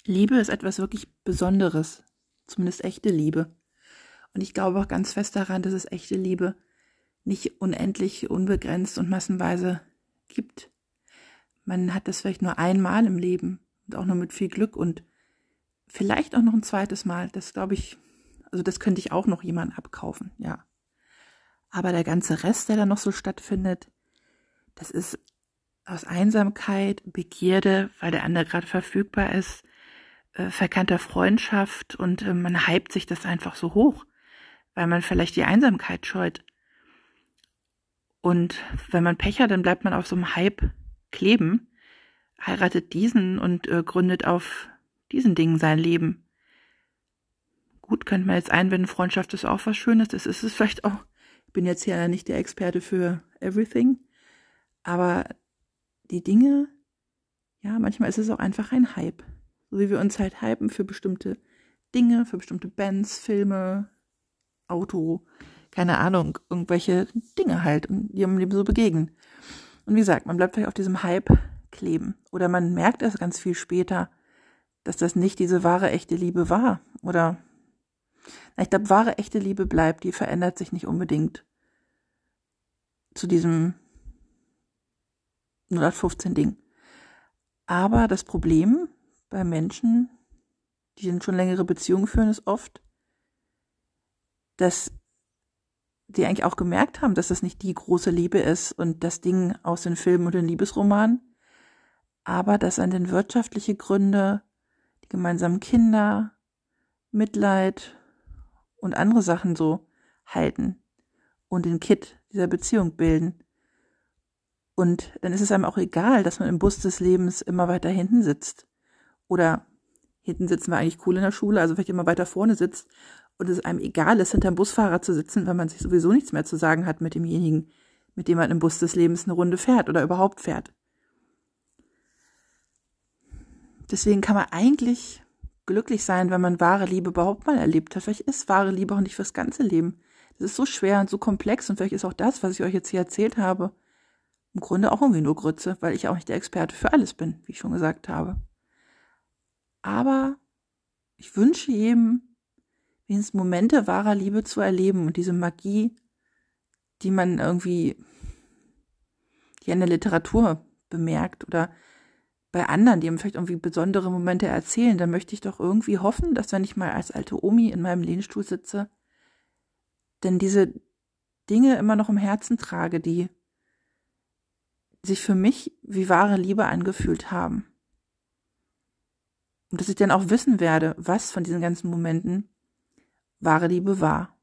Liebe ist etwas wirklich Besonderes, zumindest echte Liebe. Und ich glaube auch ganz fest daran, dass es echte Liebe nicht unendlich, unbegrenzt und massenweise gibt. Man hat das vielleicht nur einmal im Leben und auch nur mit viel Glück und vielleicht auch noch ein zweites Mal. Das glaube ich, also das könnte ich auch noch jemandem abkaufen, ja. Aber der ganze Rest, der da noch so stattfindet, das ist aus Einsamkeit, Begierde, weil der andere gerade verfügbar ist, verkannter Freundschaft und man hypt sich das einfach so hoch, weil man vielleicht die Einsamkeit scheut. Und wenn man Pech hat, dann bleibt man auf so einem Hype kleben, heiratet diesen und gründet auf diesen Dingen sein Leben. Gut, könnte man jetzt einwenden, Freundschaft ist auch was Schönes, das ist es vielleicht auch. Ich bin jetzt ja nicht der Experte für everything, aber die Dinge, ja, manchmal ist es auch einfach ein Hype. So wie wir uns halt hypen für bestimmte Dinge, für bestimmte Bands, Filme, Auto, keine Ahnung, irgendwelche Dinge halt, die im Leben so begegnen. Und wie gesagt, man bleibt vielleicht auf diesem Hype kleben. Oder man merkt erst ganz viel später, dass das nicht diese wahre, echte Liebe war. Oder, ich glaube, wahre, echte Liebe bleibt, die verändert sich nicht unbedingt zu diesem 0815-Ding. Aber das Problem bei Menschen, die schon längere Beziehungen führen, ist oft, dass die eigentlich auch gemerkt haben, dass das nicht die große Liebe ist und das Ding aus den Filmen und den Liebesromanen, aber dass an den wirtschaftliche Gründe, die gemeinsamen Kinder, Mitleid und andere Sachen so halten und den Kitt dieser Beziehung bilden. Und dann ist es einem auch egal, dass man im Bus des Lebens immer weiter hinten sitzt. Oder hinten sitzen wir eigentlich cool in der Schule, also vielleicht immer weiter vorne sitzt und es einem egal ist, hinterm Busfahrer zu sitzen, weil man sich sowieso nichts mehr zu sagen hat mit demjenigen, mit dem man im Bus des Lebens eine Runde fährt oder überhaupt fährt. Deswegen kann man eigentlich glücklich sein, wenn man wahre Liebe überhaupt mal erlebt hat. Vielleicht ist wahre Liebe auch nicht fürs ganze Leben. Das ist so schwer und so komplex und vielleicht ist auch das, was ich euch jetzt hier erzählt habe, im Grunde auch irgendwie nur Grütze, weil ich auch nicht der Experte für alles bin, wie ich schon gesagt habe. Aber ich wünsche jedem, wenigstens Momente wahrer Liebe zu erleben und diese Magie, die man irgendwie hier in der Literatur bemerkt oder bei anderen, die ihm vielleicht irgendwie besondere Momente erzählen, dann möchte ich doch irgendwie hoffen, dass wenn ich mal als alte Omi in meinem Lehnstuhl sitze, denn diese Dinge immer noch im Herzen trage, die sich für mich wie wahre Liebe angefühlt haben. Und dass ich dann auch wissen werde, was von diesen ganzen Momenten wahre Liebe war.